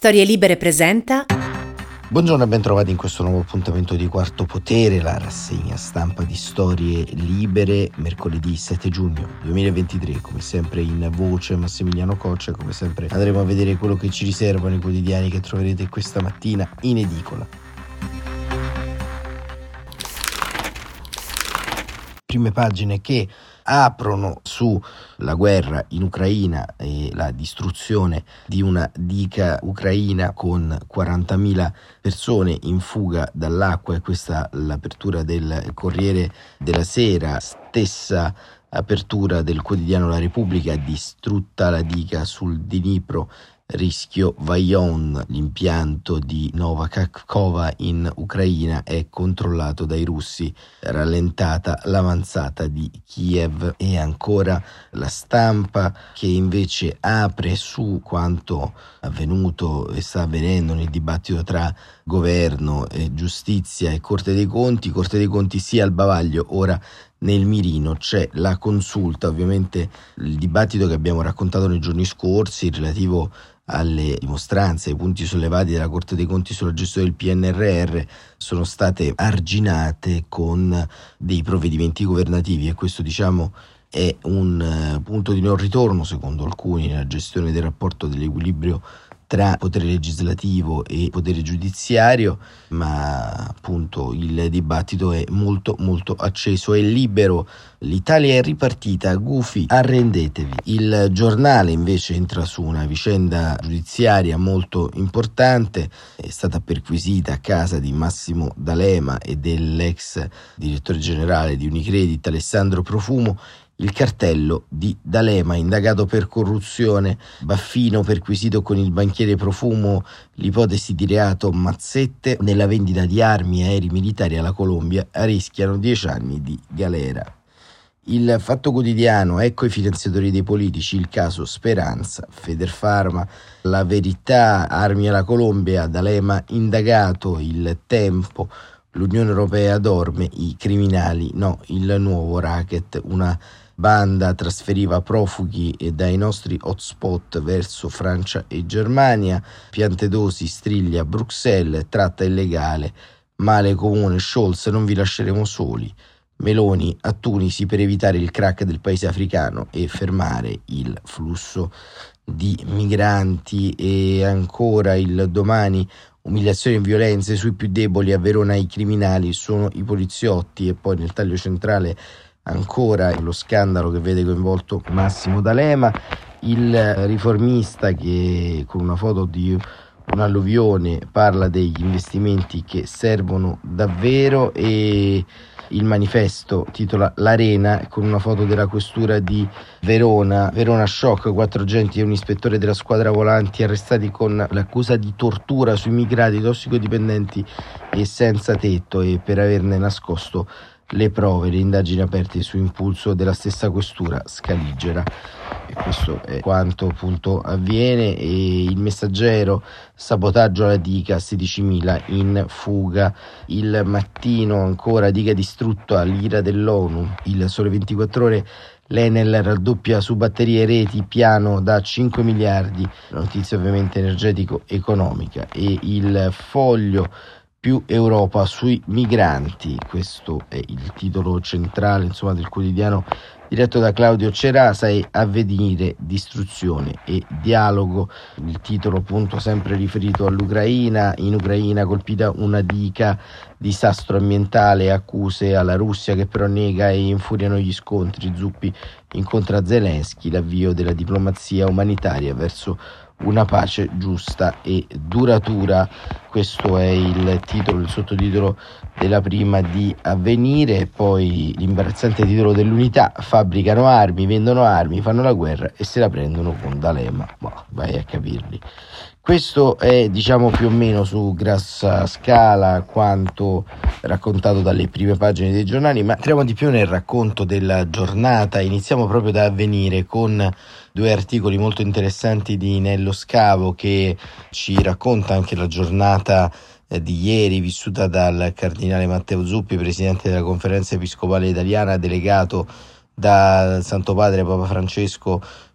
Storie Libere presenta. Buongiorno e ben trovati in questo nuovo appuntamento di Quarto Potere, la rassegna stampa di Storie Libere, mercoledì 7 giugno 2023, come sempre in voce Massimiliano Coccia. Come sempre andremo a vedere quello che ci riservano i quotidiani che troverete questa mattina in edicola. Prime pagine che aprono sulla guerra in Ucraina e la distruzione di una diga ucraina con 40.000 persone in fuga dall'acqua, e questa l'apertura del Corriere della Sera, stessa apertura del quotidiano La Repubblica: distrutta la diga sul Dnipro, rischio Vaion, l'impianto di Nova Kakhovka in Ucraina è controllato dai russi, rallentata l'avanzata di Kiev. E ancora La Stampa, che invece apre su quanto avvenuto e sta avvenendo nel dibattito tra governo, giustizia e Corte dei Conti sia al bavaglio, ora nel mirino c'è la consulta. Ovviamente il dibattito che abbiamo raccontato nei giorni scorsi relativo alle dimostranze, ai punti sollevati dalla Corte dei Conti sulla gestione del PNRR sono state arginate con dei provvedimenti governativi, e questo, diciamo, è un punto di non ritorno, secondo alcuni, nella gestione del rapporto dell'equilibrio tra potere legislativo e potere giudiziario, ma appunto il dibattito è molto acceso e libero. L'Italia è ripartita, gufi, arrendetevi. Il Giornale invece entra su una vicenda giudiziaria molto importante. È stata perquisita a casa di Massimo D'Alema e dell'ex direttore generale di Unicredit Alessandro Profumo il cartello di D'Alema, indagato per corruzione, Baffino perquisito con il banchiere Profumo, l'ipotesi di reato Mazzette nella vendita di armi e aerei militari alla Colombia, rischiano 10 anni di galera. Il Fatto Quotidiano: ecco i finanziatori dei politici, il caso Speranza, Federfarma. La Verità: armi alla Colombia, D'Alema indagato. Il Tempo: l'Unione Europea dorme, i criminali no, il nuovo racket, una banda trasferiva profughi dai nostri hotspot verso Francia e Germania, Piantedosi striglia Bruxelles, tratta illegale, male comune, Scholz: non vi lasceremo soli, Meloni a Tunisi per evitare il crack del paese africano e fermare il flusso di migranti. E ancora il Domani: umiliazioni e violenze sui più deboli, a Verona i criminali sono i poliziotti. E poi nel taglio centrale ancora lo scandalo che vede coinvolto Massimo D'Alema. Il Riformista, che con una foto di un'alluvione parla degli investimenti che servono davvero, e il Manifesto titola l'Arena con una foto della questura di Verona shock, 4 agenti e un ispettore della squadra volanti arrestati con l'accusa di tortura sui immigrati tossicodipendenti e senza tetto, e per averne nascosto le prove, le indagini aperte su impulso della stessa questura scaligera. E questo è quanto appunto avviene. E il Messaggero: sabotaggio alla diga, 16.000 in fuga. Il Mattino ancora: diga distrutta, l'ira dell'ONU. Il Sole 24 Ore: l'Enel raddoppia su batterie e reti, piano da 5 miliardi, notizia ovviamente energetico-economica. E il Foglio: più Europa sui migranti. Questo è il titolo centrale, insomma, del quotidiano diretto da Claudio Cerasa. E Avvenire: distruzione e dialogo. Il titolo appunto sempre riferito all'Ucraina. In Ucraina colpita una diga, disastro ambientale, accuse alla Russia che però nega, e infuriano gli scontri. Zuppi incontra Zelensky, l'avvio della diplomazia umanitaria verso una pace giusta e duratura. Questo è il titolo, il sottotitolo della prima di Avvenire. E poi l'imbarazzante titolo dell'Unità: fabbricano armi, vendono armi, fanno la guerra e se la prendono con D'Alema. Ma vai a capirli. Questo è, diciamo, più o meno su grassa scala quanto raccontato dalle prime pagine dei giornali, ma entriamo di più nel racconto della giornata. Iniziamo proprio da Avvenire con 2 articoli molto interessanti di Nello Scavo, che ci racconta anche la giornata di ieri vissuta dal cardinale Matteo Zuppi, presidente della Conferenza Episcopale Italiana, delegato da Santo Padre Papa Francesco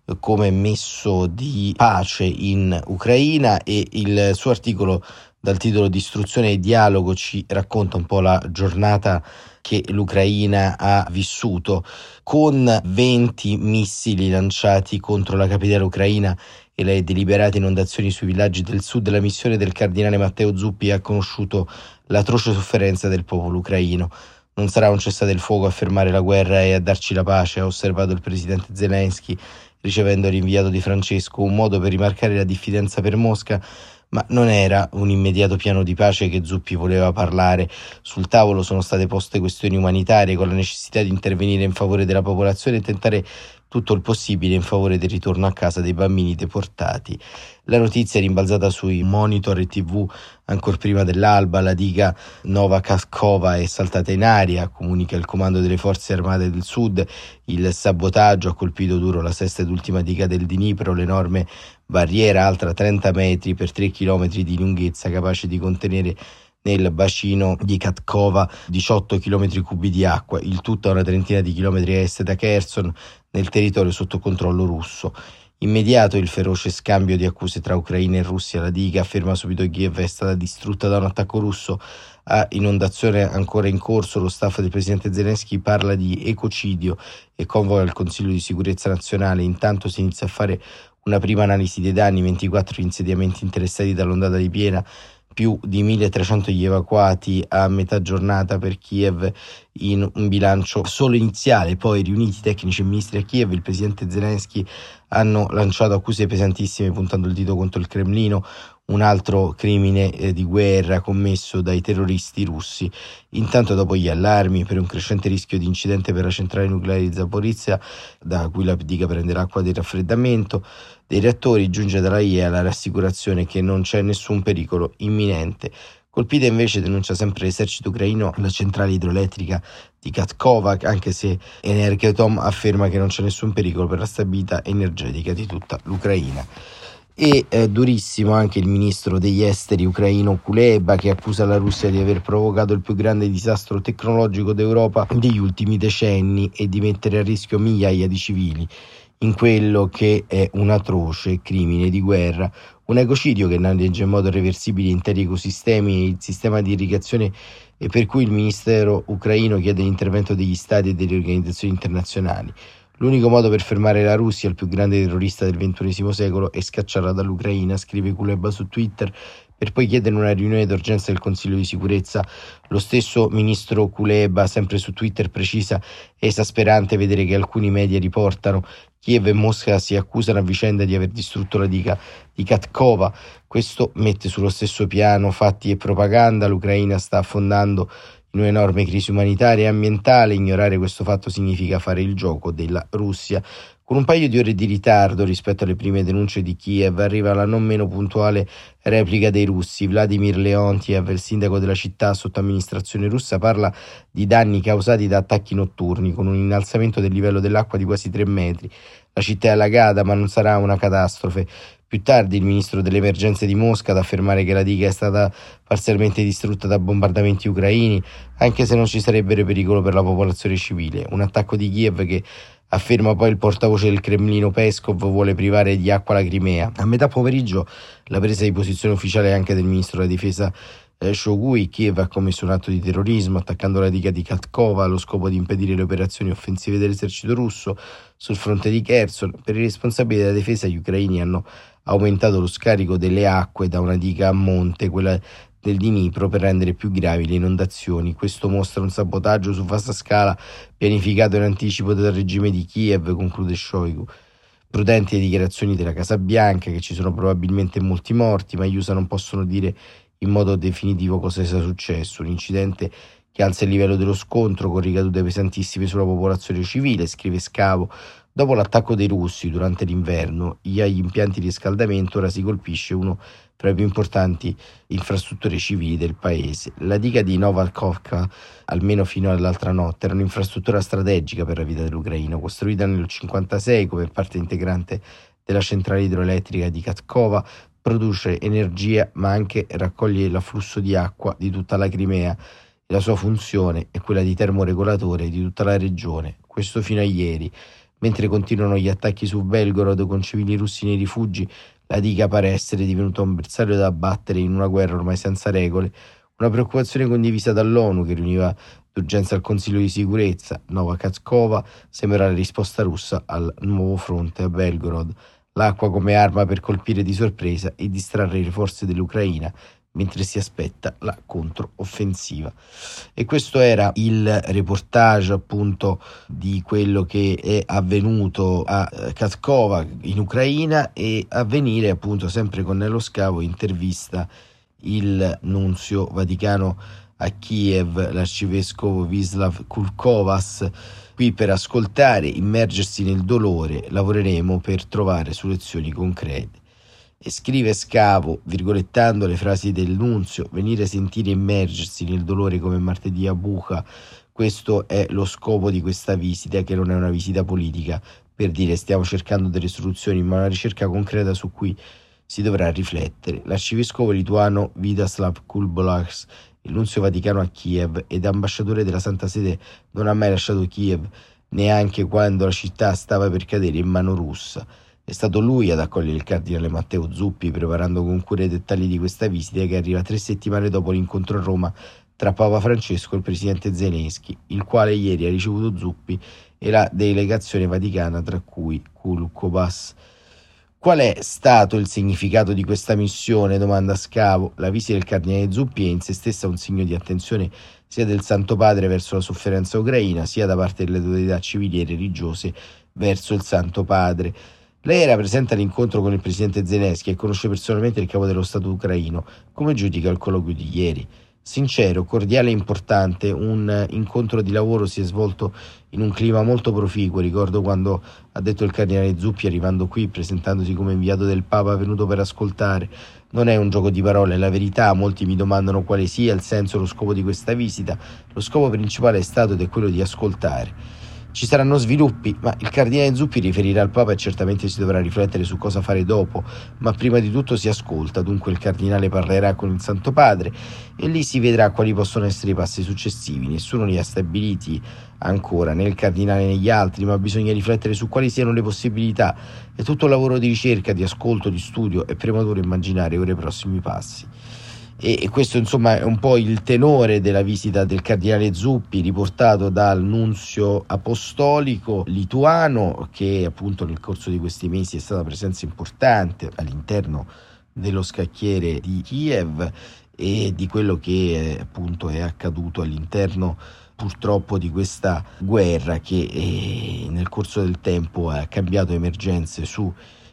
come messo di pace in Ucraina, e il suo articolo dal titolo Distruzione e dialogo ci racconta un po' la giornata che l'Ucraina ha vissuto, con 20 missili lanciati contro la capitale ucraina e le deliberate inondazioni sui villaggi del sud. La missione del cardinale Matteo Zuppi ha conosciuto l'atroce sofferenza del popolo ucraino. Non sarà un cessate il fuoco a fermare la guerra e a darci la pace, ha osservato il presidente Zelensky, ricevendo l'inviato di Francesco, un modo per rimarcare la diffidenza per Mosca, ma non era un immediato piano di pace che Zuppi voleva parlare. Sul tavolo sono state poste questioni umanitarie, con la necessità di intervenire in favore della popolazione e tentare tutto il possibile in favore del ritorno a casa dei bambini deportati. La notizia è rimbalzata sui monitor e TV ancora prima dell'alba. La diga Nova Kakhovka è saltata in aria, comunica il comando delle forze armate del sud. Il sabotaggio ha colpito duro la sesta ed ultima diga del Dnipro, l'enorme barriera alta 30 metri per 3 chilometri di lunghezza, capace di contenere nel bacino di Katkova 18 km cubi di acqua, il tutto a una trentina di chilometri a est da Kherson, nel territorio sotto controllo russo. Immediato il feroce scambio di accuse tra Ucraina e Russia. La diga, afferma subito Kiev, è stata distrutta da un attacco russo a inondazione ancora in corso. Lo staff del presidente Zelensky parla di ecocidio e convoca il Consiglio di sicurezza nazionale. Intanto si inizia a fare una prima analisi dei danni: 24 insediamenti interessati dall'ondata di piena, più di 1300 gli evacuati a metà giornata per Kiev, in un bilancio solo iniziale. Poi, riuniti tecnici e ministri a Kiev, il presidente Zelensky hanno lanciato accuse pesantissime puntando il dito contro il Cremlino, un altro crimine di guerra commesso dai terroristi russi. Intanto, dopo gli allarmi per un crescente rischio di incidente per la centrale nucleare di Zaporizhzhia, da cui la diga prenderà acqua di raffreddamento dei reattori, giunge dalla IEA la rassicurazione che non c'è nessun pericolo imminente. Colpita invece, denuncia sempre l'esercito ucraino, la centrale idroelettrica di Katkova, anche se Energetom afferma che non c'è nessun pericolo per la stabilità energetica di tutta l'Ucraina. E durissimo anche il ministro degli esteri ucraino Kuleba, che accusa la Russia di aver provocato il più grande disastro tecnologico d'Europa degli ultimi decenni e di mettere a rischio migliaia di civili in quello che è un atroce crimine di guerra, un ecocidio che danneggia in modo irreversibile interi ecosistemi e il sistema di irrigazione, e per cui il ministero ucraino chiede l'intervento degli stati e delle organizzazioni internazionali. L'unico modo per fermare la Russia, il più grande terrorista del XXI secolo, è scacciarla dall'Ucraina, scrive Kuleba su Twitter, per poi chiedere una riunione d'urgenza del Consiglio di sicurezza. Lo stesso ministro Kuleba, sempre su Twitter, precisa: è esasperante vedere che alcuni media riportano Kiev e Mosca si accusano a vicenda di aver distrutto la diga di Katkova. Questo mette sullo stesso piano fatti e propaganda. L'Ucraina sta affondando in un'enorme crisi umanitaria e ambientale. Ignorare questo fatto significa fare il gioco della Russia. Con un paio di ore di ritardo rispetto alle prime denunce di Kiev, arriva la non meno puntuale replica dei russi. Vladimir Leontiev, il sindaco della città sotto amministrazione russa, parla di danni causati da attacchi notturni, con un innalzamento del livello dell'acqua di quasi 3 metri. La città è allagata, ma non sarà una catastrofe. Più tardi il ministro delle emergenze di Mosca ad affermare che la diga è stata parzialmente distrutta da bombardamenti ucraini, anche se non ci sarebbe pericolo per la popolazione civile. Un attacco di Kiev che, afferma poi il portavoce del Cremlino Peskov, vuole privare di acqua la Crimea. A metà pomeriggio la presa di posizione ufficiale anche del ministro della difesa Shoigu. Kiev ha commesso un atto di terrorismo attaccando la diga di Katkova allo scopo di impedire le operazioni offensive dell'esercito russo sul fronte di Kherson. Per i responsabili della difesa, gli ucraini hanno aumentato lo scarico delle acque da una diga a monte, quella del Dnipro, per rendere più gravi le inondazioni. Questo mostra un sabotaggio su vasta scala pianificato in anticipo dal regime di Kiev, conclude Shoigu. Prudenti le dichiarazioni della Casa Bianca che ci sono probabilmente molti morti, ma gli USA non possono dire in modo definitivo cosa sia successo. Un incidente che alza il livello dello scontro con ricadute pesantissime sulla popolazione civile, scrive Scavo. Dopo l'attacco dei russi durante l'inverno agli impianti di riscaldamento, ora si colpisce uno tra le più importanti infrastrutture civili del paese. La diga di Nova Kakhovka, almeno fino all'altra notte, era un'infrastruttura strategica per la vita dell'Ucraina, costruita nel 1956 come parte integrante della centrale idroelettrica di Katkova. Produce energia ma anche raccoglie l'afflusso di acqua di tutta la Crimea, e la sua funzione è quella di termoregolatore di tutta la regione. Questo fino a ieri. Mentre continuano gli attacchi su Belgorod con civili russi nei rifugi, la diga pare essere divenuta un bersaglio da abbattere in una guerra ormai senza regole, una preoccupazione condivisa dall'ONU che riuniva d'urgenza al Consiglio di sicurezza. Nova Katkova sembra la risposta russa al nuovo fronte a Belgorod, l'acqua come arma per colpire di sorpresa e distrarre le forze dell'Ucraina mentre si aspetta la controffensiva. E questo era il reportage appunto di quello che è avvenuto a Katkova in Ucraina, e a venire appunto sempre con Nello Scavo intervista il nunzio vaticano a Kiev, l'arcivescovo Vislav Kulkovas, qui per ascoltare, immergersi nel dolore, lavoreremo per trovare soluzioni concrete. E scrive Scavo, virgolettando le frasi del nunzio: venire, sentire, immergersi nel dolore come martedì a Bucha, questo è lo scopo di questa visita, che non è una visita politica per dire stiamo cercando delle soluzioni, ma una ricerca concreta su cui si dovrà riflettere. L'arcivescovo lituano Viačeslav Kulbokas, il nunzio vaticano a Kiev ed ambasciatore della Santa Sede, non ha mai lasciato Kiev, neanche quando la città stava per cadere in mano russa. È stato lui ad accogliere il cardinale Matteo Zuppi, preparando con cura i dettagli di questa visita, che arriva 3 settimane dopo l'incontro a Roma tra Papa Francesco e il presidente Zelensky, il quale ieri ha ricevuto Zuppi e la delegazione vaticana, tra cui Kulkovas. Qual è stato il significato di questa missione? Domanda Scavo. La visita del cardinale Zuppi è in se stessa un segno di attenzione sia del Santo Padre verso la sofferenza ucraina, sia da parte delle autorità civili e religiose verso il Santo Padre. Lei era presente all'incontro con il presidente Zelensky e conosce personalmente il capo dello Stato ucraino. Come giudica il colloquio di ieri? Sincero, cordiale e importante, un incontro di lavoro si è svolto in un clima molto proficuo. Ricordo quando ha detto il cardinale Zuppi, arrivando qui, presentandosi come inviato del Papa venuto per ascoltare: non è un gioco di parole, è la verità. Molti mi domandano quale sia il senso e lo scopo di questa visita. Lo scopo principale è stato ed è quello di ascoltare. Ci saranno sviluppi, ma il cardinale Zuppi riferirà al Papa e certamente si dovrà riflettere su cosa fare dopo, ma prima di tutto si ascolta. Dunque il cardinale parlerà con il Santo Padre e lì si vedrà quali possono essere i passi successivi. Nessuno li ha stabiliti ancora, né il cardinale né gli altri, ma bisogna riflettere su quali siano le possibilità. È tutto un lavoro di ricerca, di ascolto, di studio. È prematuro immaginare ora i prossimi passi. E questo insomma è un po' il tenore della visita del cardinale Zuppi, riportato dal nunzio apostolico lituano, che appunto nel corso di questi mesi è stata presenza importante all'interno dello scacchiere di Kiev e di quello che appunto è accaduto all'interno purtroppo di questa guerra che nel corso del tempo ha cambiato emergenze su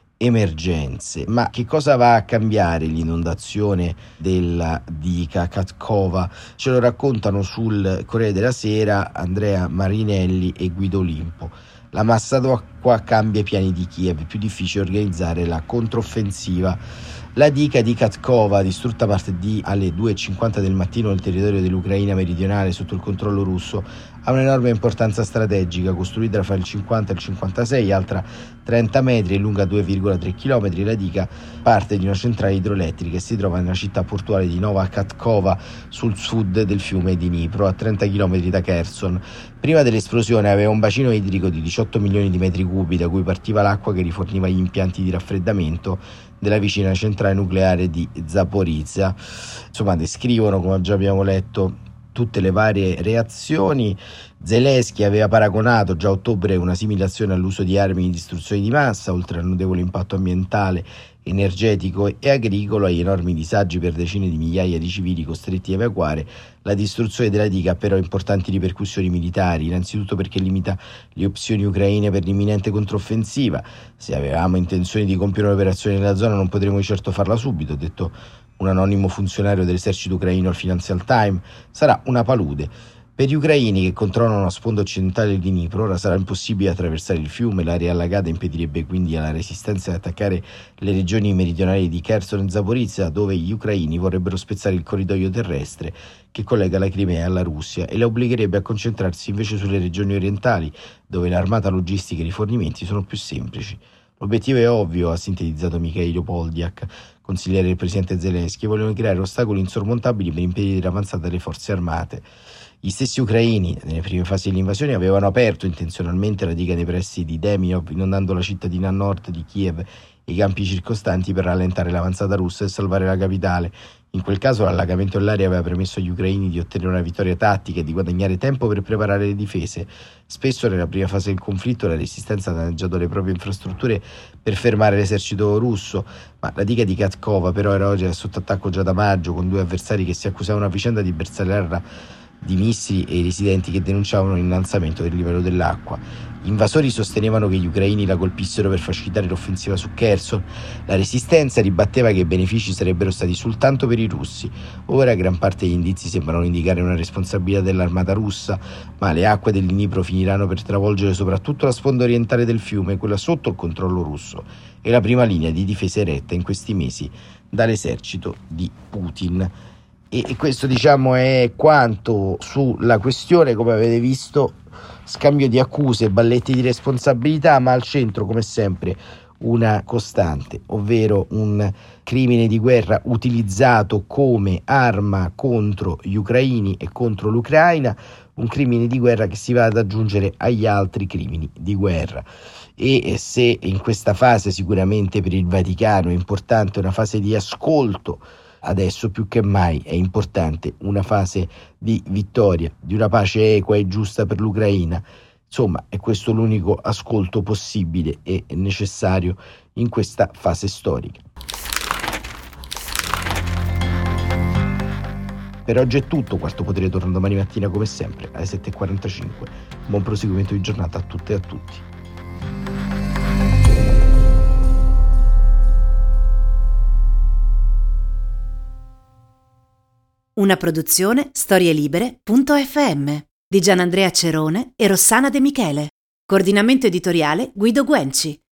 emergenze. Ma che cosa va a cambiare l'inondazione della diga Katkova? Ce lo raccontano sul Corriere della Sera Andrea Marinelli e Guido Olimpo. La massa d'acqua cambia i piani di Kiev, più difficile organizzare la controffensiva. La diga di Katkova, distrutta martedì alle 2:50 del mattino nel territorio dell'Ucraina meridionale sotto il controllo russo, ha un'enorme importanza strategica. Costruita fra il 50 e il 56, alta 30 metri e lunga 2,3 km, la diga parte di una centrale idroelettrica e si trova nella città portuale di Nova Katkova, sul sud del fiume Dnipro, a 30 km da Kherson. Prima dell'esplosione aveva un bacino idrico di 18 milioni di metri cubi, da cui partiva l'acqua che riforniva gli impianti di raffreddamento della vicina centrale nucleare di Zaporizhzhia. Insomma, descrivono, come già abbiamo letto, tutte le varie reazioni. Zelensky aveva paragonato già a ottobre una simile azione all'uso di armi di distruzione di massa, oltre al notevole impatto ambientale, energetico e agricolo, agli enormi disagi per decine di migliaia di civili costretti a evacuare. La distruzione della diga ha però importanti ripercussioni militari, innanzitutto perché limita le opzioni ucraine per l'imminente controffensiva. Se avevamo intenzione di compiere un'operazione nella zona non potremo di certo farla subito, ha detto un anonimo funzionario dell'esercito ucraino al Financial Times. Sarà una palude. Per gli ucraini che controllano la sponda occidentale di Dnipro ora sarà impossibile attraversare il fiume, l'area allagata impedirebbe quindi alla resistenza di attaccare le regioni meridionali di Kherson e Zaporizhzhia, dove gli ucraini vorrebbero spezzare il corridoio terrestre che collega la Crimea alla Russia e la obbligherebbe a concentrarsi invece sulle regioni orientali, dove l'armata logistica e i rifornimenti sono più semplici. L'obiettivo è ovvio, ha sintetizzato Mikhailo Podolyak, consigliere del presidente Zelensky: vogliono creare ostacoli insormontabili per impedire l'avanzata delle forze armate. Gli stessi ucraini, nelle prime fasi dell'invasione, avevano aperto intenzionalmente la diga nei pressi di Demyov, inondando la cittadina a nord di Kiev e i campi circostanti per rallentare l'avanzata russa e salvare la capitale. In quel caso l'allagamento dell'area aveva permesso agli ucraini di ottenere una vittoria tattica e di guadagnare tempo per preparare le difese. Spesso nella prima fase del conflitto la resistenza ha danneggiato le proprie infrastrutture per fermare l'esercito russo, ma la diga di Katkova però era oggi sotto attacco già da maggio, con due avversari che si accusavano a vicenda di bersagliarla di missili e i residenti che denunciavano l'innalzamento del livello dell'acqua. Gli invasori sostenevano che gli ucraini la colpissero per facilitare l'offensiva su Kherson. La resistenza ribatteva che i benefici sarebbero stati soltanto per i russi. Ora gran parte degli indizi sembrano indicare una responsabilità dell'armata russa, ma le acque del Dnipro finiranno per travolgere soprattutto la sponda orientale del fiume, quella sotto il controllo russo, e la prima linea di difesa eretta in questi mesi dall'esercito di Putin. E questo è quanto sulla questione. Come avete visto, scambio di accuse, balletti di responsabilità, ma al centro come sempre una costante, ovvero un crimine di guerra utilizzato come arma contro gli ucraini e contro l'Ucraina, un crimine di guerra che si va ad aggiungere agli altri crimini di guerra. E se in questa fase sicuramente per il Vaticano è importante una fase di ascolto, adesso più che mai è importante una fase di vittoria, di una pace equa e giusta per l'Ucraina. Insomma, è questo l'unico ascolto possibile e necessario in questa fase storica. Per oggi è tutto, Quarto Potere torna domani mattina come sempre alle 7:45. Buon proseguimento di giornata a tutte e a tutti. Una produzione storielibere.fm di Gianandrea Cerone e Rossana De Michele. Coordinamento editoriale Guido Guenci.